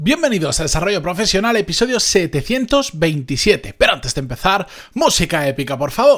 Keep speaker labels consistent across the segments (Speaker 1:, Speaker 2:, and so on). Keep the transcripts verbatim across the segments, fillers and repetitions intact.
Speaker 1: Bienvenidos a Desarrollo Profesional, episodio setecientos veintisiete. Pero antes de empezar, música épica, por favor.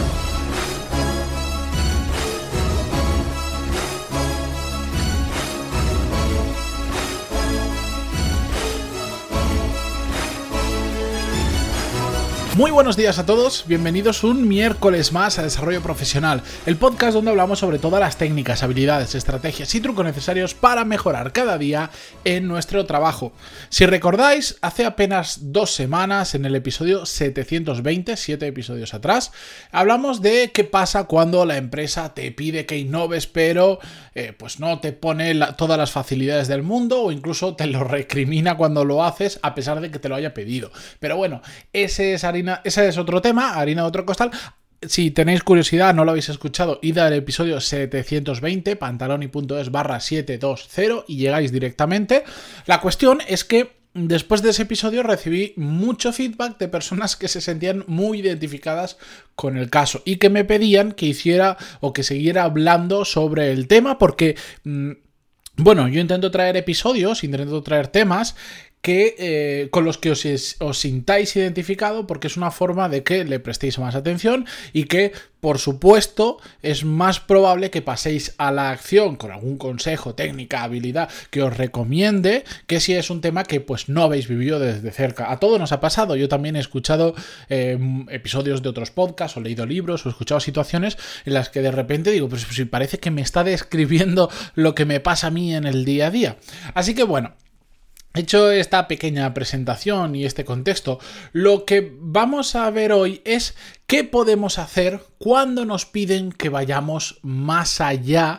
Speaker 1: Muy buenos días a todos, bienvenidos un miércoles más a Desarrollo Profesional, el podcast donde hablamos sobre todas las técnicas, habilidades, estrategias y trucos necesarios para mejorar cada día en nuestro trabajo. Si recordáis, hace apenas dos semanas, en el episodio setecientos veinte, siete episodios atrás, hablamos de qué pasa cuando la empresa te pide que innoves, pero eh, pues no te pone la, todas las facilidades del mundo o incluso te lo recrimina cuando lo haces a pesar de que te lo haya pedido. Pero bueno, ese es harina Ese es otro tema, harina de otro costal. Si tenéis curiosidad, no lo habéis escuchado, id al episodio setecientos veinte, pantaloni.es barra setecientos veinte y llegáis directamente. La cuestión es que después de ese episodio recibí mucho feedback de personas que se sentían muy identificadas con el caso y que me pedían que hiciera o que siguiera hablando sobre el tema porque, mmm, bueno, yo intento traer episodios, intento traer temas que eh, con los que os, os sintáis identificado porque es una forma de que le prestéis más atención y que, por supuesto, es más probable que paséis a la acción con algún consejo, técnica, habilidad que os recomiende que si es un tema que pues no habéis vivido desde cerca. A todos nos ha pasado, yo también he escuchado eh, episodios de otros podcasts o leído libros o he escuchado situaciones en las que de repente digo, pues si parece que me está describiendo lo que me pasa a mí en el día a día. Así que bueno, hecho esta pequeña presentación y este contexto, lo que vamos a ver hoy es qué podemos hacer cuando nos piden que vayamos más allá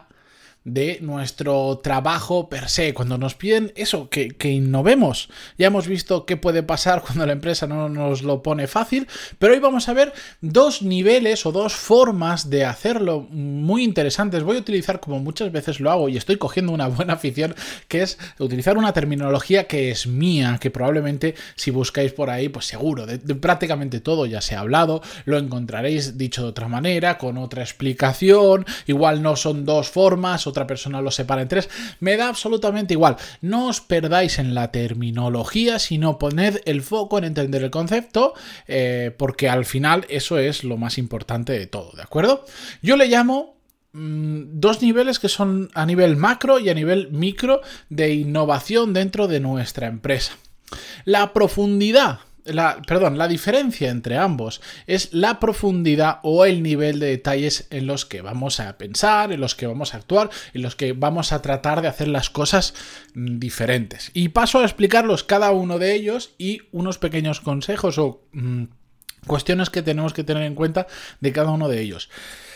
Speaker 1: de nuestro trabajo per se, cuando nos piden eso, que, que innovemos. Ya hemos visto qué puede pasar cuando la empresa no nos lo pone fácil, pero hoy vamos a ver dos niveles o dos formas de hacerlo muy interesantes. Voy a utilizar, como muchas veces lo hago y estoy cogiendo una buena afición, que es utilizar una terminología que es mía, que probablemente si buscáis por ahí, pues seguro, de, de prácticamente todo ya se ha hablado, lo encontraréis dicho de otra manera, con otra explicación, igual no son dos formas, otra persona lo separa en tres, me da absolutamente igual. No os perdáis en la terminología, sino poned el foco en entender el concepto, eh, porque al final eso es lo más importante de todo, ¿de acuerdo? Yo le llamo mmm, dos niveles que son a nivel macro y a nivel micro de innovación dentro de nuestra empresa. La profundidad La, perdón, la diferencia entre ambos es la profundidad o el nivel de detalles en los que vamos a pensar, en los que vamos a actuar, en los que vamos a tratar de hacer las cosas diferentes. Y paso a explicarlos cada uno de ellos y unos pequeños consejos o mmm, cuestiones que tenemos que tener en cuenta de cada uno de ellos.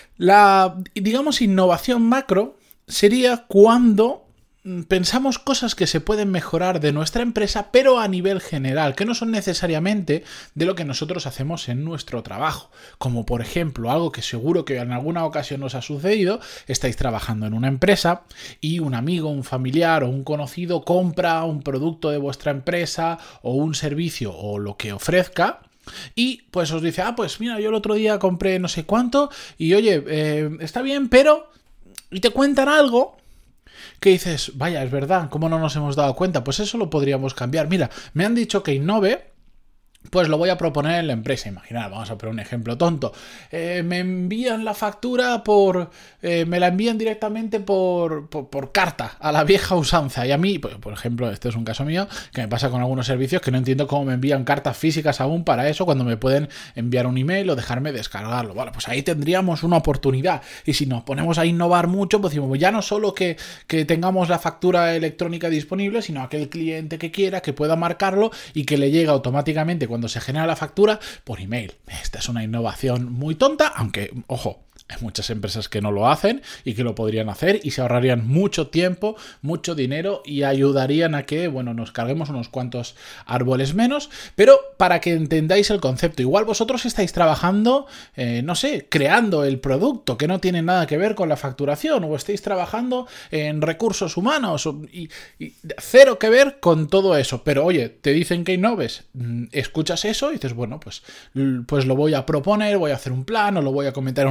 Speaker 1: La, digamos, innovación macro sería cuando pensamos cosas que se pueden mejorar de nuestra empresa, pero a nivel general, que no son necesariamente de lo que nosotros hacemos en nuestro trabajo. Como por ejemplo, algo que seguro que en alguna ocasión os ha sucedido, estáis trabajando en una empresa y un amigo, un familiar o un conocido compra un producto de vuestra empresa o un servicio o lo que ofrezca. Y pues os dice, ah, pues mira, yo el otro día compré no sé cuánto y oye, eh, está bien, pero... Y te cuentan algo que dices, vaya, es verdad, ¿cómo no nos hemos dado cuenta? Pues eso lo podríamos cambiar. Mira, me han dicho que innove, pues lo voy a proponer en la empresa. Imaginad, vamos a poner un ejemplo tonto. Eh, me envían la factura por... Eh, me la envían directamente por, por, por carta, a la vieja usanza. Y a mí, pues, por ejemplo, este es un caso mío, que me pasa con algunos servicios que no entiendo cómo me envían cartas físicas aún para eso, cuando me pueden enviar un email o dejarme descargarlo. Bueno, pues ahí tendríamos una oportunidad. Y si nos ponemos a innovar mucho, pues decimos, ya no solo que, que tengamos la factura electrónica disponible, sino aquel cliente que quiera, que pueda marcarlo y que le llegue automáticamente cuando se genera la factura por email. Esta es una innovación muy tonta, aunque, ojo, hay muchas empresas que no lo hacen y que lo podrían hacer y se ahorrarían mucho tiempo, mucho dinero y ayudarían a que, bueno, nos carguemos unos cuantos árboles menos, pero para que entendáis el concepto, igual vosotros estáis trabajando, eh, no sé, creando el producto que no tiene nada que ver con la facturación o estáis trabajando en recursos humanos y, y cero que ver con todo eso, pero oye, te dicen que innoves, escuchas eso y dices, bueno, pues, pues lo voy a proponer, voy a hacer un plan o lo voy a comentar en una reunión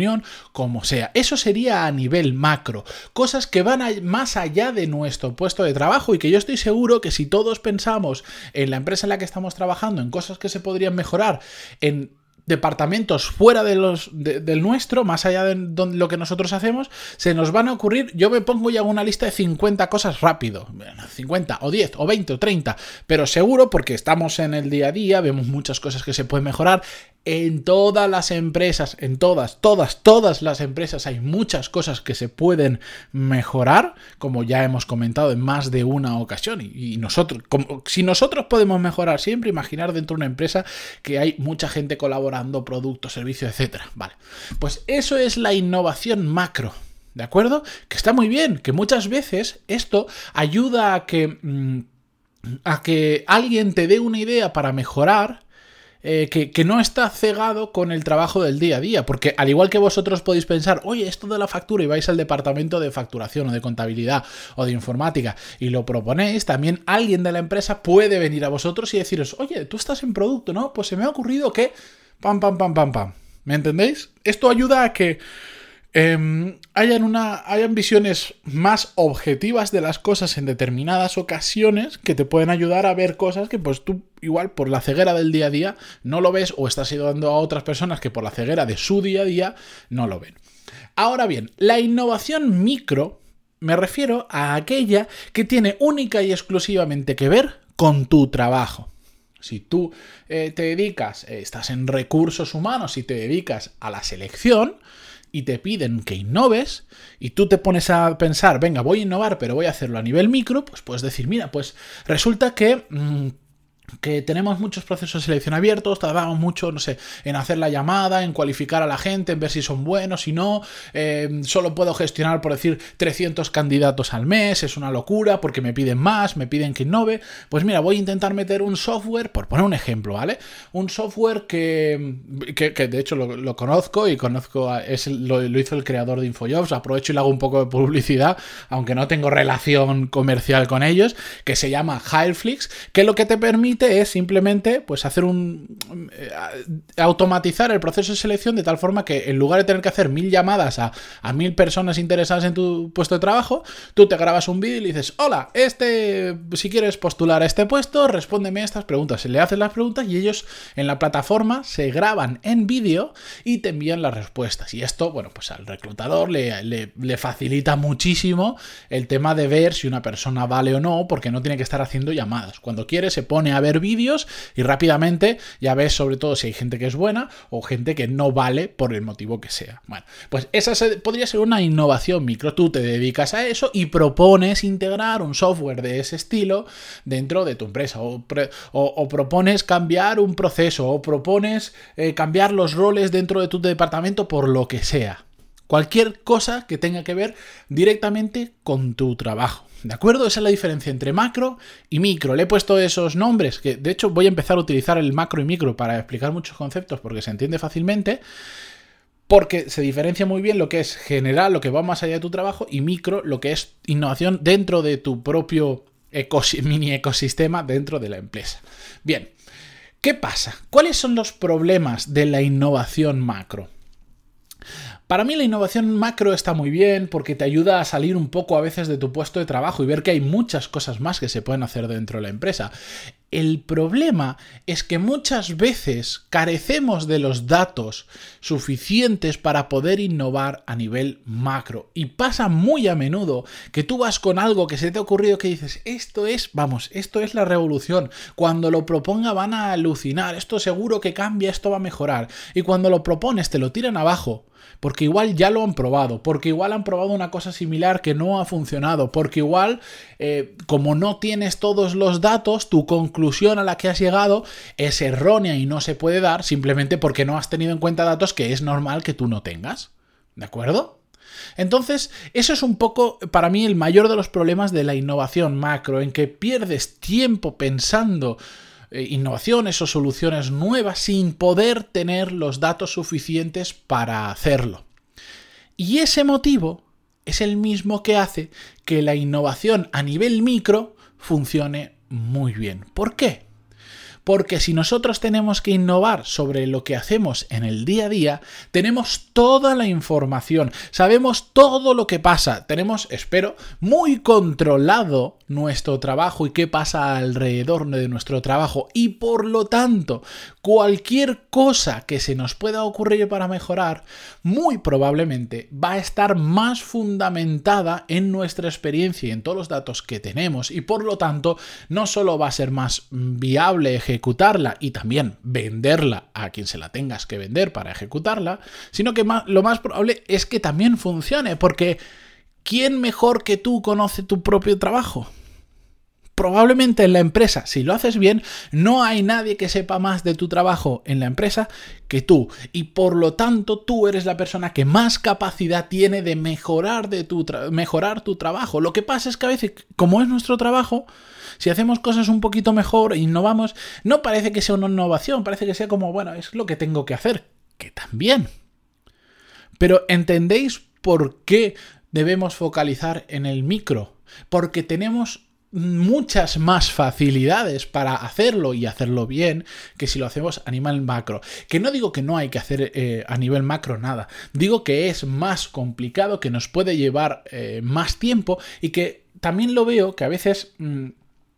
Speaker 1: reunión, como sea. Eso sería a nivel macro, cosas que van a, más allá de nuestro puesto de trabajo, y que yo estoy seguro que si todos pensamos en la empresa en la que estamos trabajando, en cosas que se podrían mejorar, en departamentos fuera de los de, del nuestro, más allá de donde, lo que nosotros hacemos, se nos van a ocurrir. Yo me pongo ya una lista de cincuenta cosas rápido, cincuenta o diez o veinte o treinta, pero seguro, porque estamos en el día a día, vemos muchas cosas que se pueden mejorar. En todas las empresas, en todas, todas, todas las empresas hay muchas cosas que se pueden mejorar, como ya hemos comentado en más de una ocasión. Y, y nosotros, como, si nosotros podemos mejorar siempre, imaginar dentro de una empresa que hay mucha gente colaborando, productos, servicios, etcétera. Vale, pues eso es la innovación macro, ¿de acuerdo? Que está muy bien, que muchas veces esto ayuda a que, mmm, a que alguien te dé una idea para mejorar. Eh, que, que no está cegado con el trabajo del día a día, porque al igual que vosotros podéis pensar, oye, esto de la factura, y vais al departamento de facturación o de contabilidad o de informática y lo proponéis, también alguien de la empresa puede venir a vosotros y deciros, oye, tú estás en producto, ¿no? Pues se me ha ocurrido que pam, pam, pam, pam, pam. ¿Me entendéis? Esto ayuda a que Eh, hayan, una, hayan visiones más objetivas de las cosas en determinadas ocasiones, que te pueden ayudar a ver cosas que pues tú igual por la ceguera del día a día no lo ves, o estás ayudando a otras personas que por la ceguera de su día a día no lo ven. Ahora bien, la innovación micro me refiero a aquella que tiene única y exclusivamente que ver con tu trabajo. Si tú eh, te dedicas, eh, estás en recursos humanos y te dedicas a la selección, y te piden que innoves, y tú te pones a pensar, venga, voy a innovar, pero voy a hacerlo a nivel micro, pues puedes decir, mira, pues resulta que... Mmm, que tenemos muchos procesos de selección abiertos, tardamos mucho, no sé, en hacer la llamada, en cualificar a la gente, en ver si son buenos, si no, eh, solo puedo gestionar, por decir, trescientos candidatos al mes, es una locura porque me piden más, me piden que innove. Pues mira, voy a intentar meter un software, por poner un ejemplo, ¿vale? Un software que, que, que de hecho lo, lo conozco y conozco, a, es, lo, lo hizo el creador de InfoJobs, aprovecho y le hago un poco de publicidad, aunque no tengo relación comercial con ellos, que se llama Hireflix, que lo que te permite es simplemente pues hacer un eh, automatizar el proceso de selección de tal forma que en lugar de tener que hacer mil llamadas a, a mil personas interesadas en tu puesto de trabajo, tú te grabas un vídeo y le dices, hola, este, si quieres postular a este puesto, respóndeme estas preguntas. Le haces las preguntas y ellos en la plataforma se graban en vídeo y te envían las respuestas. Y esto, bueno, pues al reclutador le, le, le facilita muchísimo el tema de ver si una persona vale o no, porque no tiene que estar haciendo llamadas. Cuando quiere se pone a ver vídeos y rápidamente ya ves sobre todo si hay gente que es buena o gente que no vale por el motivo que sea. Bueno, pues esa podría ser una innovación micro. Tú te dedicas a eso y propones integrar un software de ese estilo dentro de tu empresa, o, pre, o, o propones cambiar un proceso, o propones eh, cambiar los roles dentro de tu departamento, por lo que sea. Cualquier cosa que tenga que ver directamente con tu trabajo. ¿De acuerdo? Esa es la diferencia entre macro y micro. Le he puesto esos nombres, que de hecho voy a empezar a utilizar el macro y micro para explicar muchos conceptos porque se entiende fácilmente, porque se diferencia muy bien lo que es general, lo que va más allá de tu trabajo, y micro, lo que es innovación dentro de tu propio ecos- mini ecosistema dentro de la empresa. Bien, ¿qué pasa? ¿Cuáles son los problemas de la innovación macro? Para mí la innovación macro está muy bien porque te ayuda a salir un poco a veces de tu puesto de trabajo y ver que hay muchas cosas más que se pueden hacer dentro de la empresa. El problema es que muchas veces carecemos de los datos suficientes para poder innovar a nivel macro. Y pasa muy a menudo que tú vas con algo que se te ha ocurrido que dices, esto es, vamos, esto es la revolución. Cuando lo proponga van a alucinar, esto seguro que cambia, esto va a mejorar. Y cuando lo propones te lo tiran abajo. Porque igual ya lo han probado, porque igual han probado una cosa similar que no ha funcionado, porque igual, eh, como no tienes todos los datos, tu conclusión a la que has llegado es errónea y no se puede dar simplemente porque no has tenido en cuenta datos que es normal que tú no tengas. ¿De acuerdo? Entonces, eso es un poco, para mí, el mayor de los problemas de la innovación macro, en que pierdes tiempo pensando innovaciones o soluciones nuevas sin poder tener los datos suficientes para hacerlo. Y ese motivo es el mismo que hace que la innovación a nivel micro funcione muy bien. ¿Por qué? Porque si nosotros tenemos que innovar sobre lo que hacemos en el día a día, tenemos toda la información, sabemos todo lo que pasa, tenemos, espero, muy controlado nuestro trabajo y qué pasa alrededor de nuestro trabajo, y por lo tanto, cualquier cosa que se nos pueda ocurrir para mejorar, muy probablemente va a estar más fundamentada en nuestra experiencia y en todos los datos que tenemos, y por lo tanto no solo va a ser más viable ejecutarla y también venderla a quien se la tengas que vender para ejecutarla, sino que más, lo más probable es que también funcione, porque ¿quién mejor que tú conoce tu propio trabajo? Probablemente en la empresa, si lo haces bien, no hay nadie que sepa más de tu trabajo en la empresa que tú, y por lo tanto tú eres la persona que más capacidad tiene de mejorar, de tu tra- mejorar tu trabajo. Lo que pasa es que a veces, como es nuestro trabajo, si hacemos cosas un poquito mejor, innovamos, no parece que sea una innovación, parece que sea como, bueno, es lo que tengo que hacer, que también. Pero ¿entendéis por qué debemos focalizar en el micro? Porque tenemos muchas más facilidades para hacerlo y hacerlo bien que si lo hacemos a nivel macro. Que no digo que no hay que hacer eh, a nivel macro nada, digo que es más complicado, que nos puede llevar eh, más tiempo, y que también lo veo que a veces mmm,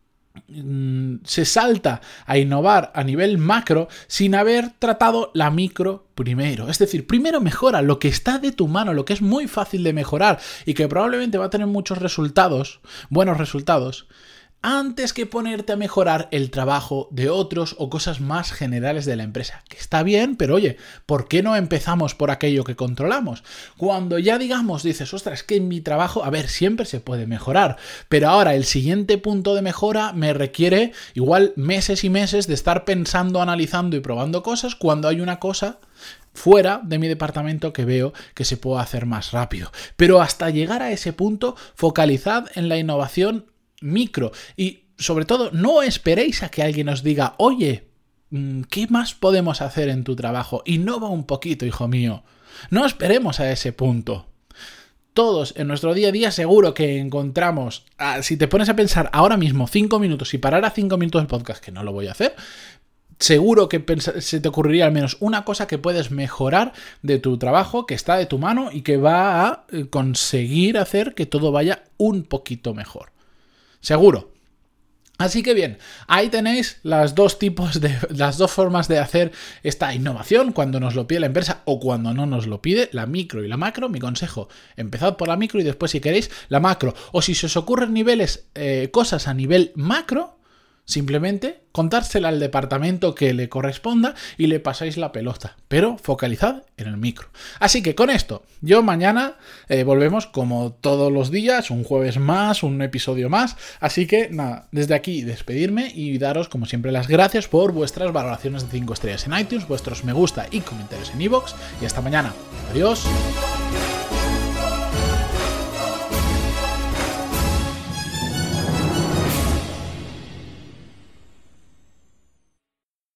Speaker 1: se salta a innovar a nivel macro sin haber tratado la micro primero. Es decir, primero mejora lo que está de tu mano, lo que es muy fácil de mejorar y que probablemente va a tener muchos resultados, buenos resultados, antes que ponerte a mejorar el trabajo de otros o cosas más generales de la empresa. Que está bien, pero oye, ¿por qué no empezamos por aquello que controlamos? Cuando ya digamos, dices, ostras, es que en mi trabajo, a ver, siempre se puede mejorar, pero ahora el siguiente punto de mejora me requiere igual meses y meses de estar pensando, analizando y probando cosas, cuando hay una cosa fuera de mi departamento que veo que se puede hacer más rápido. Pero hasta llegar a ese punto, focalizad en la innovación micro, y sobre todo no esperéis a que alguien os diga, oye, ¿qué más podemos hacer en tu trabajo? Innova un poquito, hijo mío. No esperemos a ese punto. Todos en nuestro día a día seguro que encontramos, si te pones a pensar ahora mismo cinco minutos y parar a cinco minutos el podcast, que no lo voy a hacer, seguro que se te ocurriría al menos una cosa que puedes mejorar de tu trabajo, que está de tu mano y que va a conseguir hacer que todo vaya un poquito mejor. Seguro. Así que bien, ahí tenéis las dos tipos de, las dos formas de hacer esta innovación, cuando nos lo pide la empresa o cuando no nos lo pide, la micro y la macro. Mi consejo, empezad por la micro y después, si queréis, la macro. O si se os ocurren niveles, eh, cosas a nivel macro, simplemente contársela al departamento que le corresponda y le pasáis la pelota, pero focalizad en el micro. Así que con esto, yo mañana eh, volvemos como todos los días, un jueves más, un episodio más. Así que nada, desde aquí despedirme y daros como siempre las gracias por vuestras valoraciones de cinco estrellas en iTunes, vuestros me gusta y comentarios en iVoox, y hasta mañana. Adiós.